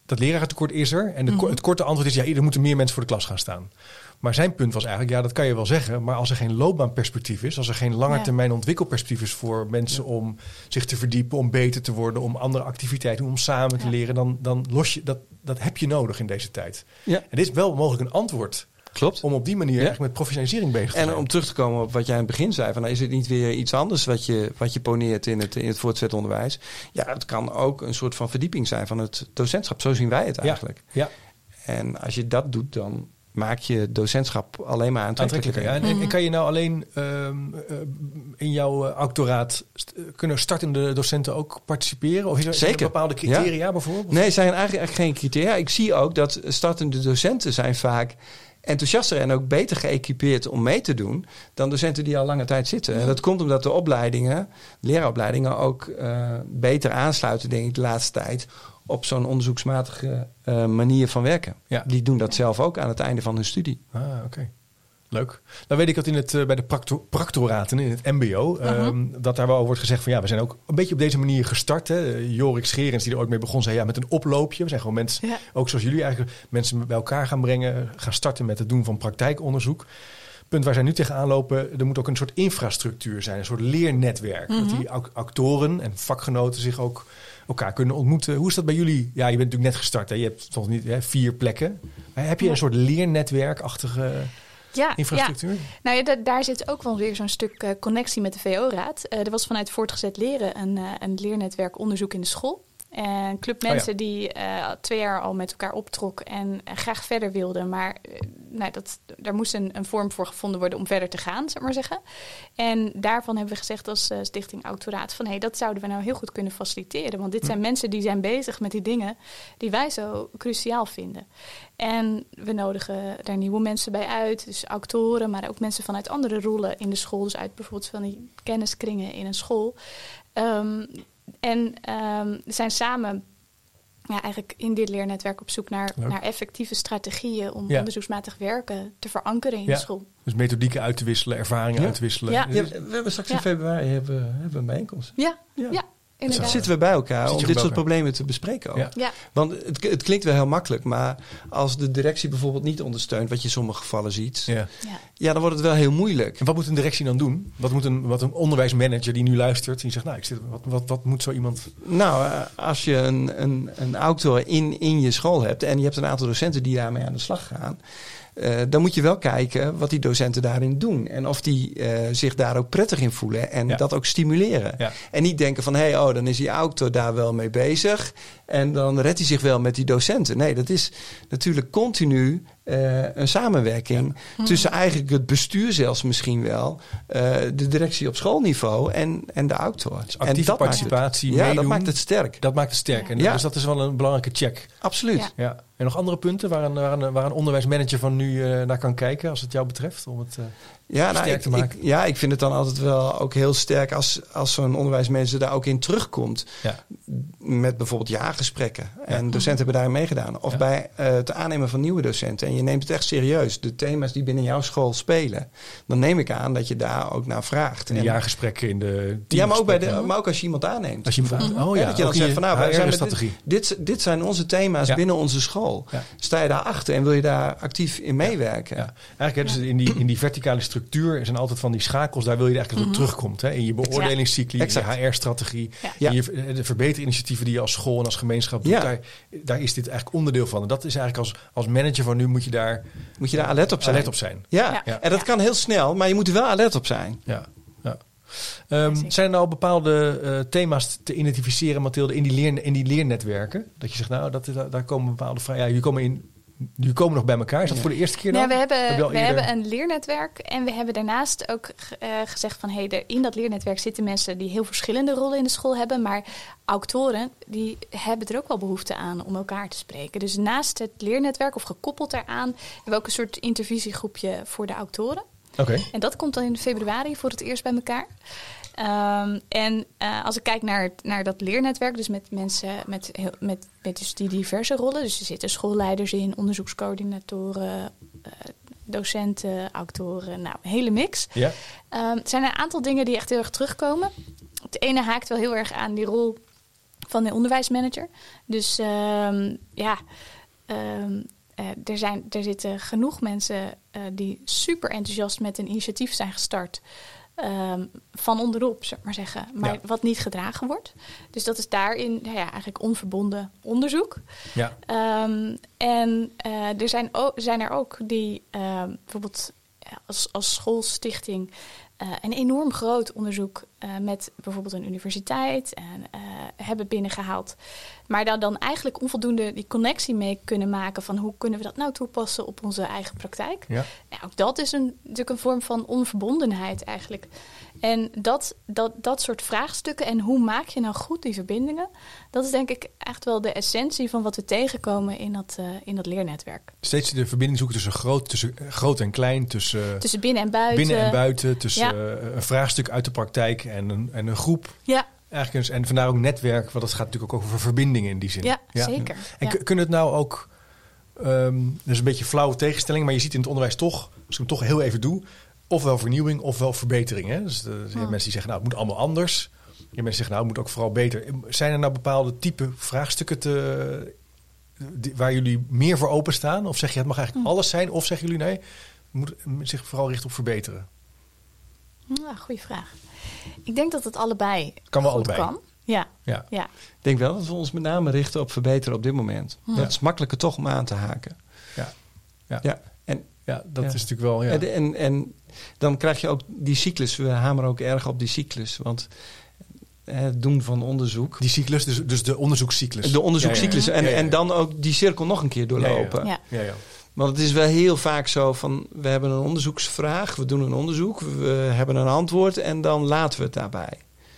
dat lerarentekort is er. En de, Mm-hmm. het korte antwoord is, ja, er moeten meer mensen voor de klas gaan staan. Maar zijn punt was eigenlijk, ja, dat kan je wel zeggen. Maar als er geen loopbaanperspectief is, als er geen langetermijn ontwikkelperspectief is voor mensen ja. om zich te verdiepen, om beter te worden, om andere activiteiten, om samen te ja. leren, dan, dan los je dat, dat heb je nodig in deze tijd. Ja. En dit is wel mogelijk een antwoord. Klopt. Om op die manier ja. eigenlijk met professionalisering bezig te zijn. En om terug te komen op wat jij aan het begin zei, van, nou, is het niet weer iets anders wat je, wat je poneert in het, in het voortgezet onderwijs? Ja, het kan ook een soort van verdieping zijn van het docentschap. Zo zien wij het eigenlijk. Ja. Ja. En als je dat doet, dan maak je docentschap alleen maar aantrekkelijker. Ja. En, en, en kan je nou alleen um, uh, in jouw uh, actoraat st- kunnen startende docenten ook participeren? Of is er, Zeker. Is er bepaalde criteria ja. bijvoorbeeld? Nee, er zijn eigenlijk geen criteria. Ik zie ook dat startende docenten zijn vaak enthousiaster en ook beter geëquipeerd om mee te doen dan docenten die al lange tijd zitten. Ja. En dat komt omdat de opleidingen, leraaropleidingen ook uh, beter aansluiten, denk ik, de laatste tijd op zo'n onderzoeksmatige uh, manier van werken. Ja. Die doen dat zelf ook aan het einde van hun studie. Ah, oké. Okay. Leuk. Dan weet ik dat in het, uh, bij de practo- practoraten in het mbo... Uh, uh-huh. dat daar wel over wordt gezegd van ja, we zijn ook een beetje op deze manier gestart. Hè. Jorik Scherens, die er ooit mee begon, zei ja, met een oploopje. We zijn gewoon mensen, ja. ook zoals jullie eigenlijk, mensen bij elkaar gaan brengen, gaan starten met het doen van praktijkonderzoek. Punt waar zij nu tegenaan lopen, er moet ook een soort infrastructuur zijn, een soort leernetwerk. Uh-huh. Dat die actoren en vakgenoten zich ook elkaar kunnen ontmoeten. Hoe is dat bij jullie? Ja, je bent natuurlijk net gestart. Hè. Je hebt soms niet hè, vier plekken. Maar heb je ja. een soort leernetwerkachtige ja, infrastructuur? Ja. Nou ja, da- daar zit ook wel weer zo'n stuk uh, connectie met de V O-raad. Uh, er was vanuit Voortgezet Leren een, uh, een leernetwerk onderzoek in de school. En club mensen oh ja. die uh, twee jaar al met elkaar optrok en uh, graag verder wilden. Maar uh, nou, dat, daar moest een, een vorm voor gevonden worden om verder te gaan, zeg maar zeggen. En daarvan hebben we gezegd als uh, Stichting Auctoraat van hé, hey, dat zouden we nou heel goed kunnen faciliteren. Want dit hm. zijn mensen die zijn bezig met die dingen die wij zo cruciaal vinden. En we nodigen daar nieuwe mensen bij uit. Dus actoren, maar ook mensen vanuit andere rollen in de school. Dus uit bijvoorbeeld van die kenniskringen in een school. Um, En um, zijn samen ja, eigenlijk in dit leernetwerk op zoek naar, naar effectieve strategieën om ja. onderzoeksmatig werken te verankeren in ja. de school. Dus methodieken uit te wisselen, ervaringen ja. uit te wisselen. Ja. Ja, we hebben straks ja. in februari hebben, hebben een bijeenkomst. Ja, ja. ja. Dan zitten we bij elkaar Zit om dit soort elkaar. problemen te bespreken ook. Ja. Ja. Want het, het klinkt wel heel makkelijk, maar als de directie bijvoorbeeld niet ondersteunt, wat je in sommige gevallen ziet, ja, ja. ja dan wordt het wel heel moeilijk. En wat moet een directie dan doen? Wat moet een, wat een onderwijsmanager die nu luistert, die zegt, nou, ik zit, wat, wat, wat moet zo iemand? Nou, uh, als je een, een, een autor in, in je school hebt en je hebt een aantal docenten die daarmee aan de slag gaan, Uh, dan moet je wel kijken wat die docenten daarin doen. En of die uh, zich daar ook prettig in voelen. En ja. dat ook stimuleren. Ja. En niet denken van, hé, hey, oh, dan is die autor daar wel mee bezig. En dan redt hij zich wel met die docenten. Nee, dat is natuurlijk continu uh, een samenwerking. Ja. Tussen eigenlijk het bestuur zelfs misschien wel. Uh, de directie op schoolniveau en, en de autor. Dus actieve en dat participatie, maakt het, meedoen. Ja, dat maakt het sterk. Dat maakt het sterk. En ja. Dus dat is wel een belangrijke check. Absoluut. Ja. Ja. En nog andere punten waar een, waar een, waar een onderwijsmanager van nu uh, naar kan kijken als het jou betreft? Om het uh, ja, nou, sterk ik, te maken. Ik, ja, ik vind het dan altijd wel ook heel sterk als, als zo'n onderwijsmanager daar ook in terugkomt. Ja. Met bijvoorbeeld jaargesprekken. Ja. En docenten hebben daarin meegedaan. Of ja. bij uh, het aannemen van nieuwe docenten. En je neemt het echt serieus. De thema's die binnen jouw school spelen. Dan neem ik aan dat je daar ook naar vraagt. En de jaargesprekken in de Ja, maar ook, bij de, maar ook als je iemand aanneemt. Als je iemand aan, oh ja, dat je dan zegt van nou, wij zijn strategie. Dit, dit, dit zijn onze thema's ja. binnen onze school. Ja. Sta je daar achter en wil je daar actief in meewerken? Ja. Ja. Eigenlijk hè, dus in, die, in die verticale structuur zijn altijd van die schakels. Daar wil je eigenlijk mm-hmm. op terugkomt. Hè? In je beoordelingscycli, exact. Je H R-strategie. Ja. Je, de verbeterinitiatieven die je als school en als gemeenschap doet. Ja. Daar, daar is dit eigenlijk onderdeel van. En dat is eigenlijk als, als manager van nu moet je daar... Moet je daar alert op zijn. Alert op zijn. Ja. Ja. Ja. En dat kan heel snel, maar je moet er wel alert op zijn. Ja. Ja. Um, zijn er nou bepaalde uh, thema's te identificeren, Mathilde, in die, leer, in die leernetwerken? Dat je zegt, nou, dat, daar komen bepaalde vragen. Ja, jullie komen, in, jullie komen nog bij elkaar. Is dat ja. voor de eerste keer dan? Ja, we hebben, heb we eerder... hebben een leernetwerk. En we hebben daarnaast ook uh, gezegd van, hé, hey, in dat leernetwerk zitten mensen die heel verschillende rollen in de school hebben. Maar auctoren, die hebben er ook wel behoefte aan om elkaar te spreken. Dus naast het leernetwerk, of gekoppeld daaraan, hebben we ook een soort intervisiegroepje voor de auctoren. Okay. En dat komt dan in februari voor het eerst bij elkaar. Um, en uh, als ik kijk naar, naar dat leernetwerk, dus met mensen met, heel, met, met dus die diverse rollen. Dus er zitten schoolleiders in, onderzoekscoördinatoren, uh, docenten, auctoren, nou, een hele mix. Ja. Um, er zijn een aantal dingen die echt heel erg terugkomen. Het ene haakt wel heel erg aan die rol van de onderwijsmanager. Dus um, ja, um, uh, er, zijn, er zitten genoeg mensen uh, die super enthousiast met een initiatief zijn gestart. Um, van onderop, zeg maar zeggen. Maar ja. wat niet gedragen wordt. Dus dat is daarin nou ja, eigenlijk onverbonden onderzoek. Ja. Um, en uh, er zijn, o- zijn er ook die uh, bijvoorbeeld ja, als, als schoolstichting uh, een enorm groot onderzoek uh, met bijvoorbeeld een universiteit en, uh, hebben binnengehaald. Maar daar dan eigenlijk onvoldoende die connectie mee kunnen maken van hoe kunnen we dat nou toepassen op onze eigen praktijk. Ja. Ja, ook dat is een, natuurlijk een vorm van onverbondenheid eigenlijk. En dat, dat, dat soort vraagstukken en hoe maak je nou goed die verbindingen, dat is denk ik echt wel de essentie van wat we tegenkomen in dat, uh, in dat leernetwerk. Steeds de verbinding zoeken tussen groot, tussen groot en klein, tussen, tussen binnen en buiten. Binnen en buiten, tussen ja. uh, een vraagstuk uit de praktijk en een, en een groep. Ja. Eigenlijk, en vandaar ook netwerk, want het gaat natuurlijk ook over verbindingen in die zin. Ja, ja. zeker. En ja. k- kunnen het nou ook, um, dat is een beetje een flauwe tegenstelling, maar je ziet in het onderwijs toch, als ik hem toch heel even doe, ofwel vernieuwing ofwel verbetering. Hè? Dus er zijn oh. mensen die zeggen, nou, het moet allemaal anders. Je mensen zeggen, nou, het moet ook vooral beter. Zijn er nou bepaalde type vraagstukken te, die, waar jullie meer voor openstaan? Of zeg je, het mag eigenlijk hm. alles zijn? Of zeggen jullie, nee, het moet zich vooral richten op verbeteren? Nou, goeie vraag. Ik denk dat het allebei kan wel goed allebei. kan. Ja. Ja. ja. Ik denk wel dat we ons met name richten op verbeteren op dit moment. Hm. Dat is makkelijker toch om aan te haken. Ja. Ja. ja. En, ja, dat ja. is natuurlijk wel... Ja. En, en, en dan krijg je ook die cyclus. We hameren ook erg op die cyclus. Want het doen van onderzoek... Die cyclus, dus, dus de onderzoekscyclus. De onderzoekscyclus. Ja, ja, ja. En, ja, ja, ja. en dan ook die cirkel nog een keer doorlopen. Ja, ja. Ja, ja. Want het is wel heel vaak zo van... we hebben een onderzoeksvraag, we doen een onderzoek... we hebben een antwoord en dan laten we het daarbij.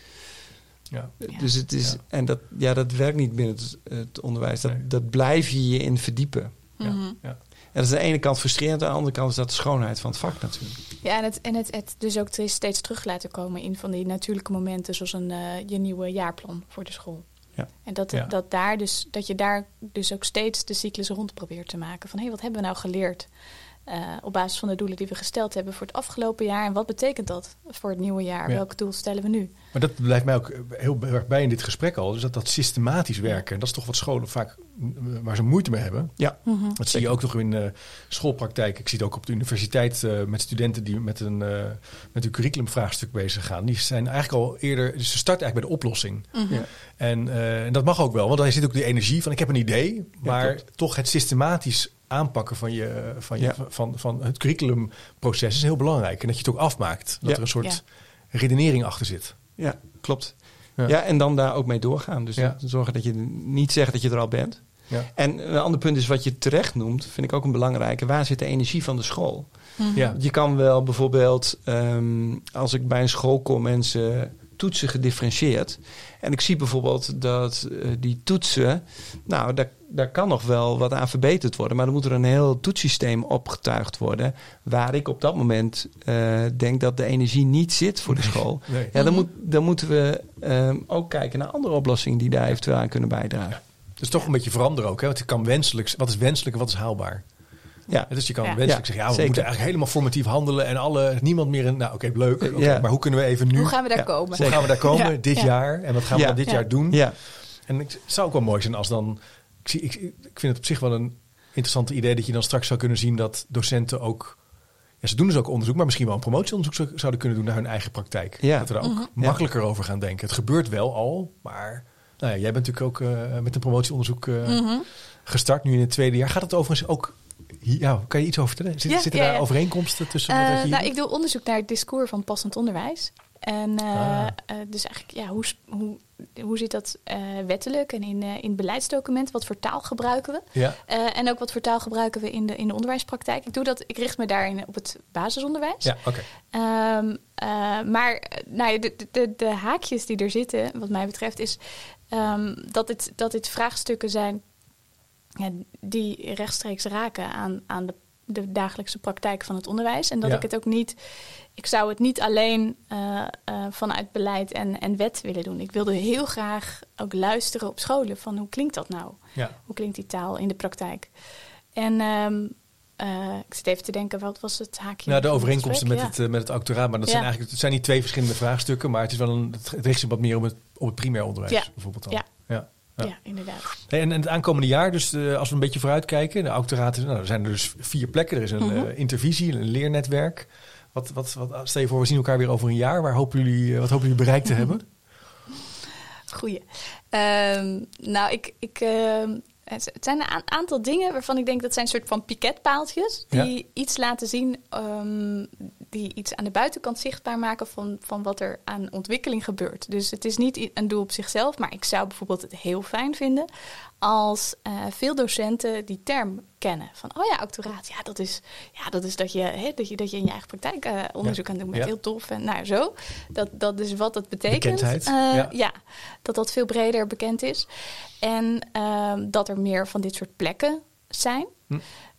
Ja. Dus het is... Ja. En dat, ja, dat werkt niet binnen het, het onderwijs. Dat, Nee. dat blijf je je in verdiepen. Mm-hmm. Ja. Ja. En dat is aan de ene kant frustrerend... aan de andere kant is dat de schoonheid van het vak natuurlijk. Ja, en het, en het, het dus ook steeds terug laten komen... in van die natuurlijke momenten... zoals een, uh, je nieuwe jaarplan voor de school. Ja. En dat, Ja. dat, daar dus, dat je daar dus ook steeds de cyclus rond probeert te maken. Van hé, hey, wat hebben we nou geleerd? Uh, op basis van de doelen die we gesteld hebben voor het afgelopen jaar. En wat betekent dat voor het nieuwe jaar? Ja. Welke doel stellen we nu? Maar dat blijft mij ook heel erg bij in dit gesprek al. Dus dat, dat systematisch werken. Dat is toch wat scholen vaak waar ze moeite mee hebben. Ja. Mm-hmm. Dat zie je ook nog in uh, schoolpraktijk. Ik zie het ook op de universiteit uh, met studenten die met een, uh, met een curriculumvraagstuk bezig gaan. Die zijn eigenlijk al eerder... Dus ze starten eigenlijk bij de oplossing. Mm-hmm. Ja. En, uh, en dat mag ook wel. Want daar zit ook die energie van ik heb een idee. Maar Ja, toch het systematisch aanpakken van, je, van, je, Ja. van, van het curriculumproces is heel belangrijk. En dat je het ook afmaakt. Dat Ja. er een soort Ja. redenering achter zit. Ja, klopt. Ja. Ja. en dan daar ook mee doorgaan. Dus Ja. zorgen dat je niet zegt dat je er al bent. Ja. En een ander punt is wat je terecht noemt, vind ik ook een belangrijke. Waar zit de energie van de school? Mm-hmm. Ja. Je kan wel bijvoorbeeld, um, als ik bij een school kom en ze toetsen gedifferentieerd. En ik zie bijvoorbeeld dat uh, die toetsen, nou, daar, daar kan nog wel wat aan verbeterd worden. Maar dan moet er een heel toetssysteem opgetuigd worden. Waar ik op dat moment uh, denk dat de energie niet zit voor de school. Nee. Ja, dan, moet, dan moeten we um, ook kijken naar andere oplossingen die daar eventueel aan kunnen bijdragen. Ja. Dus toch een beetje veranderen ook. Hè? Want het kan wenselijk, wat is wenselijk en wat is haalbaar? Ja. Dus je kan Ja. wenselijk Ja, zeggen, ja, we zeker. moeten eigenlijk helemaal formatief handelen en alle, niemand meer in. Nou, oké, okay, leuk. Okay, Ja. Maar hoe kunnen we even nu? Hoe gaan we daar Ja, komen? Hoe gaan we daar komen Ja. dit Ja. jaar? En wat gaan we Ja. dan dit Ja. jaar doen? Ja, En het zou ook wel mooi zijn als dan. Ik, zie, ik, ik vind het op zich wel een interessant idee dat je dan straks zou kunnen zien dat docenten ook. Ja, ze doen dus ook onderzoek, maar misschien wel een promotieonderzoek zou- zouden kunnen doen naar hun eigen praktijk. Ja. Dat we daar ook Mhm. makkelijker over gaan denken. Het gebeurt wel al, maar nou ja, jij bent natuurlijk ook uh, met een promotieonderzoek uh, Mm-hmm. gestart, nu in het tweede jaar. Gaat het overigens ook... Ja, kan je iets over vertellen? Zit, Ja, zitten ja, daar ja. overeenkomsten tussen? Uh, wat je hier nou, doet? ik doe onderzoek naar het discours van passend onderwijs. En uh, Ah. uh, dus eigenlijk, ja, hoe, hoe, hoe zit dat uh, wettelijk en in, uh, in het beleidsdocument? Wat voor taal gebruiken we? Ja. Uh, en ook wat voor taal gebruiken we in de, in de onderwijspraktijk? Ik doe dat, ik richt me daarin op het basisonderwijs. Ja, oké. Okay. Um, uh, maar nou ja, de, de, de haakjes die er zitten, wat mij betreft, is um, dat, dit, dat dit vraagstukken zijn ja, die rechtstreeks raken aan, aan de, de dagelijkse praktijk van het onderwijs. En dat Ja. ik het ook niet, ik zou het niet alleen uh, uh, vanuit beleid en, en wet willen doen. Ik wilde heel graag ook luisteren op scholen van hoe klinkt dat nou? Ja. Hoe klinkt die taal in de praktijk? En um, uh, ik zit even te denken, wat was het haakje? Nou, de van het overeenkomsten met, gesprek? het, uh, met het actoraat. Maar dat Ja. zijn eigenlijk het zijn niet twee verschillende vraagstukken. Maar het is wel een, het richt zich wat meer op het, op het primair onderwijs. Ja. Bijvoorbeeld dan. Ja. Ja. Ja, ja inderdaad. En, en het aankomende jaar, dus uh, als we een beetje vooruitkijken, de Auctoraat, nou, er zijn er dus vier plekken. Er is een mm-hmm. uh, intervisie, een leernetwerk. Wat, wat, wat, stel je voor, we zien elkaar weer over een jaar. Waar hopen jullie, wat hopen jullie bereikt te mm-hmm. hebben? Goeie. Um, nou, ik... ik uh, het zijn een aantal dingen waarvan ik denk dat zijn een soort van piketpaaltjes. Die ja. iets laten zien, um, die iets aan de buitenkant zichtbaar maken van, van wat er aan ontwikkeling gebeurt. Dus het is niet een doel op zichzelf, maar ik zou bijvoorbeeld het heel fijn vinden als uh, veel docenten die term kennen. Van, oh ja, Auctoraat, ja, dat is, ja, dat, is dat, je, hè, dat, je, dat je in je eigen praktijk uh, onderzoek ja. aan doen bent. Ja. Heel tof. En nou, zo. Dat, dat is wat het betekent. Bekendheid. Uh, ja. ja, dat dat veel breder bekend is. En uh, dat er meer van dit soort plekken zijn. Hm.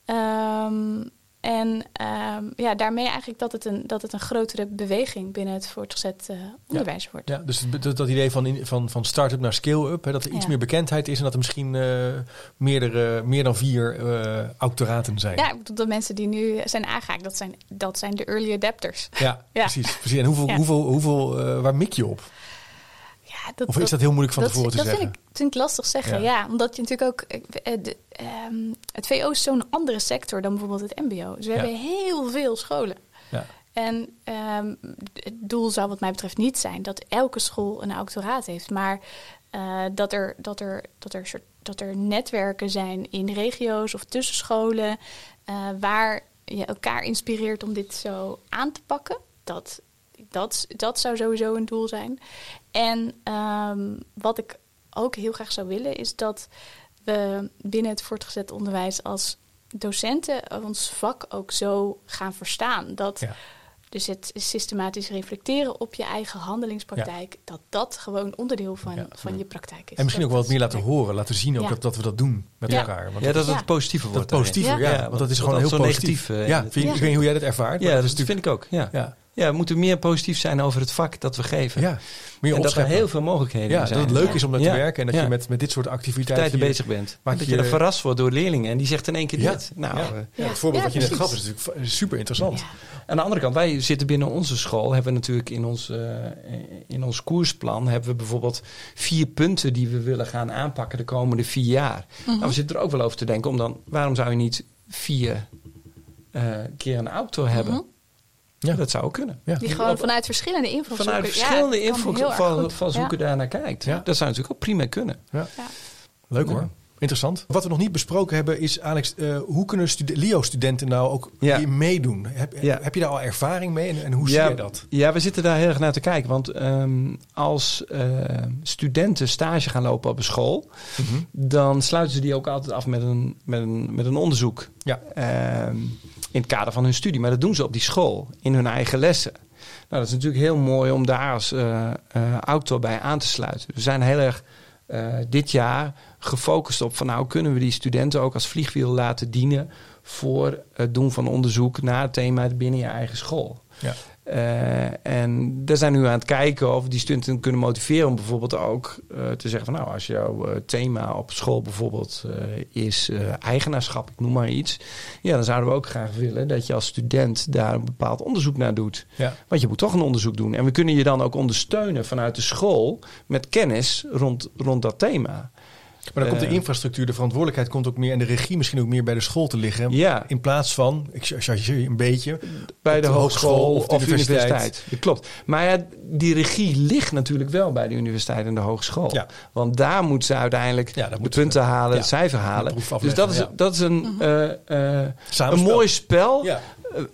Um, En um, ja, daarmee eigenlijk dat het, een, dat het een grotere beweging binnen het voortgezet uh, onderwijs ja. wordt. Ja, dus dat, dat idee van, in, van, van start-up naar scale-up, hè, dat er iets ja. meer bekendheid is en dat er misschien uh, meerdere, meer dan vier uh, Auctoraten zijn. Ja, ik bedoel, de mensen die nu zijn aangehaakt, dat zijn, dat zijn de early adapters. Ja, ja. Precies, precies. En hoeveel, ja. hoeveel, hoeveel uh, waar mik je op? Ja, dat, of is dat heel moeilijk van dat, tevoren te dat zeggen? Dat vind, vind ik lastig zeggen, ja. ja. Omdat je natuurlijk ook... Uh, de, um, het V O is zo'n andere sector dan bijvoorbeeld het M B O. Dus we ja. hebben heel veel scholen. Ja. En um, het doel zou wat mij betreft niet zijn dat elke school een Auctoraat heeft. Maar uh, dat, er, dat, er, dat, er soort, dat er netwerken zijn in regio's of tussen scholen... Uh, waar je elkaar inspireert om dit zo aan te pakken. Dat... Dat, dat zou sowieso een doel zijn. En um, wat ik ook heel graag zou willen... is dat we binnen het voortgezet onderwijs als docenten... ons vak ook zo gaan verstaan. Dat ja. dus het systematisch reflecteren op je eigen handelingspraktijk... Ja. dat dat gewoon onderdeel van, ja. van je praktijk is. En misschien ook wel wat meer laten horen, laten zien ook ja. dat, dat we dat doen met ja. elkaar. Want ja, dat het ja. positiever wordt. Dat positiever, ja. ja. Want, want dat is gewoon heel positief. Negatief, uh, ja, vind je, ja. Ik weet niet hoe jij dat ervaart. Ja, dat, dat is natuurlijk... vind ik ook, ja. ja. Ja, we moeten meer positief zijn over het vak dat we geven. Ja, meer en dat er heel veel mogelijkheden ja, zijn. Dat het leuk ja. is om daar ja. te werken. En dat ja. je met, met dit soort activiteiten hier, bezig bent. Maar dat je, je er verrast wordt door leerlingen. En die zegt in één keer ja. dit. Nou, ja. Ja. Ja, het voorbeeld ja, wat je net gaf is natuurlijk super interessant. Ja. Aan de andere kant, wij zitten binnen onze school. Hebben we natuurlijk in ons, uh, in ons koersplan... hebben we bijvoorbeeld vier punten die we willen gaan aanpakken... de komende vier jaar. Mm-hmm. Nou, we zitten er ook wel over te denken. Om dan, waarom zou je niet vier uh, keer een auto hebben... Mm-hmm. Ja, dat zou ook kunnen. Ja. Die gewoon vanuit verschillende invalshoeken... Vanuit verschillende ja, invalshoeken ja. daarnaar kijkt. Ja. Dat zou natuurlijk ook prima kunnen. Ja. Ja. Leuk hoor. Ja. Interessant. Wat we nog niet besproken hebben is, Alex... Uh, hoe kunnen studen- L I O-studenten nou ook ja. hier meedoen? Heb, ja. heb je daar al ervaring mee en, en hoe ja, zie je dat? Ja, we zitten daar heel erg naar te kijken. Want um, als uh, studenten stage gaan lopen op een school... Mm-hmm. dan sluiten ze die ook altijd af met een, met een, met een onderzoek. Ja. Um, in het kader van hun studie. Maar dat doen ze op die school, in hun eigen lessen. Nou, dat is natuurlijk heel mooi om daar als uh, uh, autor bij aan te sluiten. We zijn heel erg uh, dit jaar gefocust op van nou kunnen we die studenten ook als vliegwiel laten dienen voor het doen van onderzoek naar het thema binnen je eigen school. Ja. Uh, en daar zijn we nu aan het kijken of we die studenten kunnen motiveren om bijvoorbeeld ook uh, te zeggen van nou als jouw uh, thema op school bijvoorbeeld uh, is uh, eigenaarschap, ik noem maar iets. Ja, dan zouden we ook graag willen dat je als student daar een bepaald onderzoek naar doet. Ja. Want je moet toch een onderzoek doen. En we kunnen je dan ook ondersteunen vanuit de school met kennis rond, rond dat thema. Maar dan komt de infrastructuur, de verantwoordelijkheid komt ook meer en de regie misschien ook meer bij de school te liggen. Ja. In plaats van, ik chargeer een beetje, bij de, de hogeschool, hogeschool of de of universiteit. universiteit. Dat klopt. Maar ja, die regie ligt natuurlijk wel bij de universiteit en de hogeschool. Ja. Want daar moeten ze uiteindelijk ja, de punten we, halen, ja. het cijfer halen. Dus dat is, ja. dat is een, uh, uh, een mooi spel. Ja.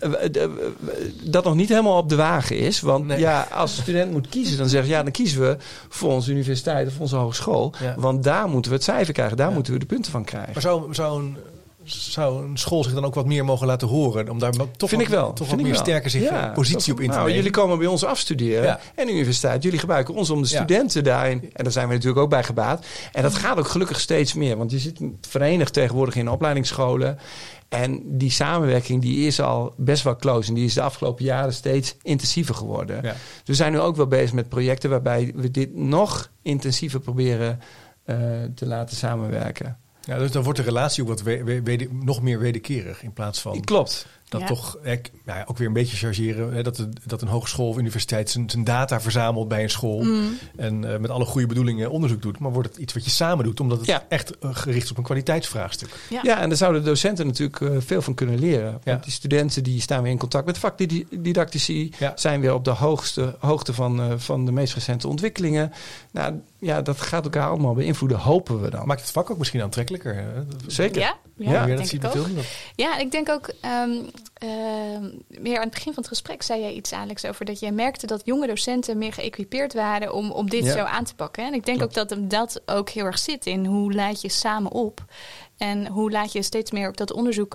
Dat nog niet helemaal op de wagen is. Want nee. ja, als een student moet kiezen, dan zeggen ja, dan kiezen we voor onze universiteit of onze hogeschool. Ja. Want daar moeten we het cijfer krijgen. Daar ja. moeten we de punten van krijgen. Maar zou, zou, een, zou een school zich dan ook wat meer mogen laten horen? Om daar toch Vind wat, ik wel. toch Vind wat meer wel. sterker zich ja, positie toch, op in te nou, nemen. Jullie komen bij ons afstuderen. Ja. En de universiteit, jullie gebruiken ons om de studenten ja. daarin. En daar zijn we natuurlijk ook bij gebaat. En dat gaat ook gelukkig steeds meer. Want je zit verenigd tegenwoordig in opleidingsscholen. En die samenwerking die is al best wel close. En die is de afgelopen jaren steeds intensiever geworden. Ja. Dus we zijn nu ook wel bezig met projecten waarbij we dit nog intensiever proberen uh, te laten samenwerken. Ja, dus dan wordt de relatie ook wat we, we, we, nog meer wederkerig in plaats van... Klopt. Dat ja. toch ik, nou ja, ook weer een beetje chargeren. Hè, dat, de, dat een hogeschool of universiteit zijn, zijn data verzamelt bij een school. Mm. En uh, met alle goede bedoelingen onderzoek doet. Maar wordt het iets wat je samen doet. Omdat het ja. echt uh, gericht is op een kwaliteitsvraagstuk. Ja, ja en daar zouden docenten natuurlijk uh, veel van kunnen leren. Want ja. die studenten die staan weer in contact met vakdidactici. Ja. Zijn weer op de hoogste hoogte van, uh, van de meest recente ontwikkelingen. Nou ja, dat gaat elkaar allemaal beïnvloeden. Hopen we dan. Maakt het vak ook misschien aantrekkelijker. Hè? Zeker. Ja, ja, ja. ja. Dat zie je veel. Ja, ik denk ook... Um, Uh, meer aan het begin van het gesprek zei jij iets, Alex, over dat jij merkte dat jonge docenten meer geëquipeerd waren om, om dit ja. zo aan te pakken. En ik denk Klopt. ook dat dat ook heel erg zit in hoe laat je samen op en hoe laat je steeds meer ook dat onderzoek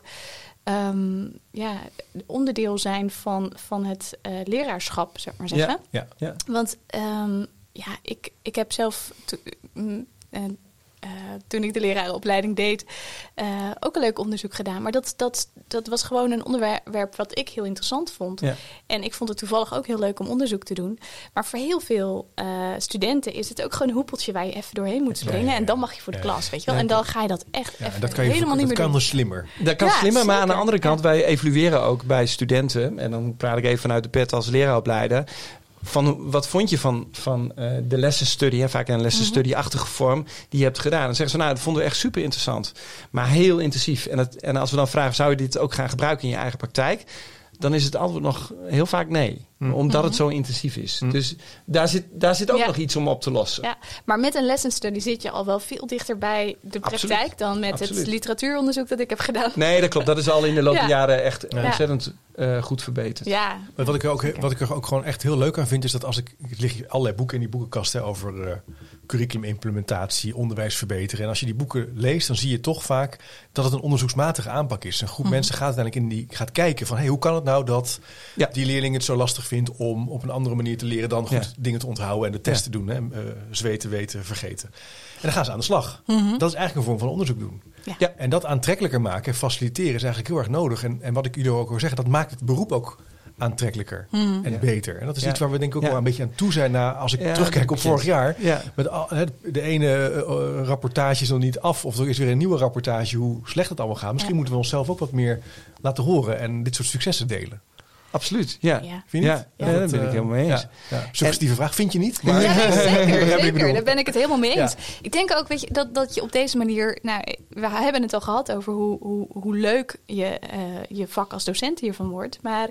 um, ja, onderdeel zijn van, van het uh, leraarschap, zou ik maar zeggen. Ja. Ja. Ja. Want um, ja, ik, ik heb zelf... To, um, uh, Uh, toen ik de lerarenopleiding deed, uh, ook een leuk onderzoek gedaan. Maar dat, dat, dat was gewoon een onderwerp wat ik heel interessant vond. Ja. En ik vond het toevallig ook heel leuk om onderzoek te doen. Maar voor heel veel uh, studenten is het ook gewoon een hoepeltje waar je even doorheen moet springen. Ja, ja, ja. En dan mag je voor de ja, klas, weet je wel. Ja, en dan ga je dat echt ja, even dat kan je helemaal niet meer doen. Dat kan dus slimmer. Dat kan ja, slimmer, zeker. Maar aan de andere kant, ja. wij evalueren ook bij studenten. En dan praat ik even vanuit de pet als leraaropleider. Van wat vond je van, van uh, de lessenstudie, hè, vaak een lessenstudie-achtige vorm die je hebt gedaan. Dan zeggen ze, nou, dat vonden we echt super interessant, maar heel intensief. En, het, en als we dan vragen, zou je dit ook gaan gebruiken in je eigen praktijk? Dan is het antwoord nog heel vaak nee. Mm. Omdat mm-hmm. het zo intensief is. Mm. Dus daar zit, daar zit ook ja. nog iets om op te lossen. Ja, maar met een lessenstudie zit je al wel veel dichter bij de praktijk Absoluut. dan met Absoluut. het literatuuronderzoek dat ik heb gedaan. Nee, dat klopt. Dat is al in de loop der ja. jaren echt ja. ontzettend uh, goed verbeterd. Ja. Maar wat ik, er ook, wat ik er ook gewoon echt heel leuk aan vind, is dat als ik... Er liggen allerlei boeken in die boekenkast hè, over uh, curriculumimplementatie, onderwijs verbeteren. En als je die boeken leest, dan zie je toch vaak dat het een onderzoeksmatige aanpak is. Een groep mm. mensen gaat uiteindelijk in die gaat kijken van, hey, hoe kan het nou dat ja. die leerling het zo lastig vindt om op een andere manier te leren dan goed ja. dingen te onthouden en de test ja. te doen. Hè? Uh, zweten, weten, vergeten. En dan gaan ze aan de slag. Mm-hmm. Dat is eigenlijk een vorm van onderzoek doen. Ja. Ja. En dat aantrekkelijker maken, faciliteren is eigenlijk heel erg nodig. En, en wat ik jullie ook al zeggen, dat maakt het beroep ook aantrekkelijker mm. en ja. beter. En dat is ja. iets waar we denk ik ook ja. wel een beetje aan toe zijn na, als ik ja, terugkijk op vorig jaar. Ja. Met al, he, de ene uh, rapportage is nog niet af of er is weer een nieuwe rapportage hoe slecht het allemaal gaat. Misschien ja. moeten we onszelf ook wat meer laten horen en dit soort successen delen. Absoluut, ja. ja. Vind je ja, ja, daar ben ik helemaal mee eens. Ja, ja. Suggestieve en, vraag, vind je niet? Maar... Ja, nee, zeker, ja, zeker. Daar ben ik het helemaal mee eens. Ja. Ik denk ook weet je, dat, dat je op deze manier... Nou, we hebben het al gehad over hoe, hoe, hoe leuk je, uh, je vak als docent hiervan wordt. Maar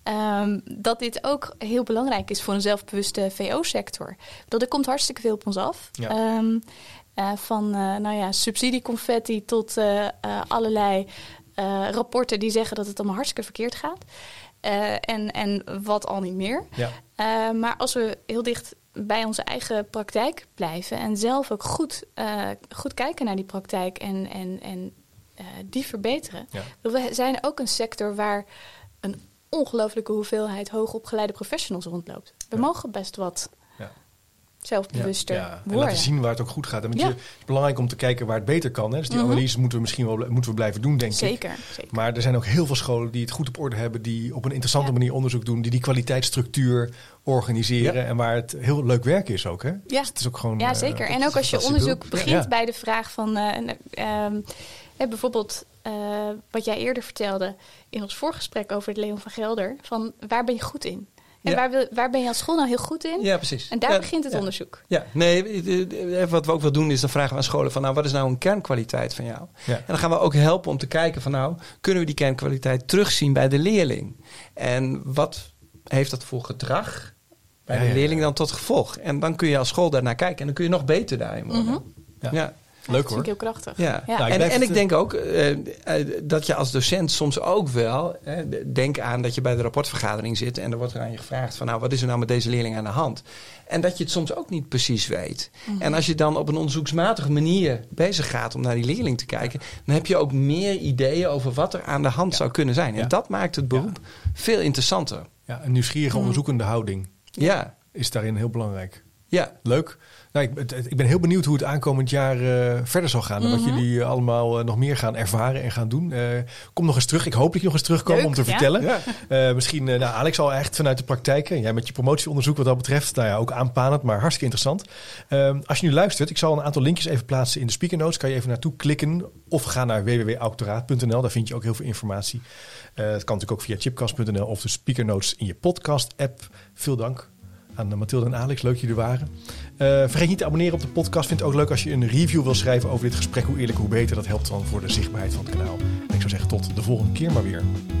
um, dat dit ook heel belangrijk is voor een zelfbewuste V O-sector. Dat er komt hartstikke veel op ons af. Ja. Um, uh, van uh, nou ja, subsidieconfetti tot uh, uh, allerlei uh, rapporten die zeggen dat het allemaal hartstikke verkeerd gaat. Uh, en, en wat al niet meer. Ja. Uh, maar als we heel dicht bij onze eigen praktijk blijven en zelf ook goed, uh, goed kijken naar die praktijk en, en, en uh, die verbeteren. Ja. We zijn ook een sector waar een ongelooflijke hoeveelheid hoogopgeleide professionals rondloopt. We ja. mogen best wat ja. zelfbewuster ja, ja. worden. En laten zien waar het ook goed gaat. En ja. het is belangrijk om te kijken waar het beter kan. Hè? Dus die mm-hmm. analyse moeten we misschien wel moeten we blijven doen, denk zeker, ik. Zeker. Maar er zijn ook heel veel scholen die het goed op orde hebben, die op een interessante ja. manier onderzoek doen, die die kwaliteitsstructuur organiseren ja. en waar het heel leuk werk is ook. Hè? Ja, dus het is ook gewoon, ja zeker. Uh, en ook als je onderzoek beeld. begint ja. bij de vraag van uh, uh, um, uh, bijvoorbeeld uh, wat jij eerder vertelde in ons voorgesprek over het Leon van Gelder, van waar ben je goed in? En ja. waar, wil, waar ben je als school nou heel goed in? Ja, precies. En daar ja, begint het ja. onderzoek. Ja, nee, wat we ook wel doen is dan vragen we aan scholen van nou, wat is nou een kernkwaliteit van jou? Ja. En dan gaan we ook helpen om te kijken van nou, kunnen we die kernkwaliteit terugzien bij de leerling? En wat heeft dat voor gedrag bij ja, de leerling ja, ja. dan tot gevolg? En dan kun je als school daarnaar kijken en dan kun je nog beter daarin worden. Mm-hmm. Ja. ja. Leuk dat hoor. Dat vind ik heel krachtig. Ja. Ja. Nou, ik en en ik denk ook uh, uh, dat je als docent soms ook wel... Uh, denk aan dat je bij de rapportvergadering zit en er wordt er aan je gevraagd van nou, wat is er nou met deze leerling aan de hand? En dat je het soms ook niet precies weet. Mm-hmm. En als je dan op een onderzoeksmatige manier bezig gaat om naar die leerling te kijken, dan heb je ook meer ideeën over wat er aan de hand ja. zou kunnen zijn. En ja. dat maakt het beroep ja. veel interessanter. Ja, een nieuwsgierige, mm. onderzoekende houding ja. is daarin heel belangrijk. Ja. Leuk. Nou, ik, ik ben heel benieuwd hoe het aankomend jaar uh, verder zal gaan. En mm-hmm. wat jullie uh, allemaal uh, nog meer gaan ervaren en gaan doen. Uh, kom nog eens terug. Ik hoop dat je nog eens terugkomt om te ja. vertellen. Ja. Uh, misschien, uh, nou, Alex al echt vanuit de praktijk. Jij met je promotieonderzoek wat dat betreft. Nou ja, ook aanpanend, maar hartstikke interessant. Uh, als je nu luistert, ik zal een aantal linkjes even plaatsen in de speaker notes. Kan je even naartoe klikken of ga naar w w w punt auctoraat punt n l. Daar vind je ook heel veel informatie. Uh, het kan natuurlijk ook via chipcast punt n l of de speaker notes in je podcast app. Veel dank aan Mathilde en Alex. Leuk dat jullie waren. Uh, vergeet niet te abonneren op de podcast. Vind het ook leuk als je een review wil schrijven over dit gesprek. Hoe eerlijk, hoe beter. Dat helpt dan voor de zichtbaarheid van het kanaal. En ik zou zeggen tot de volgende keer maar weer.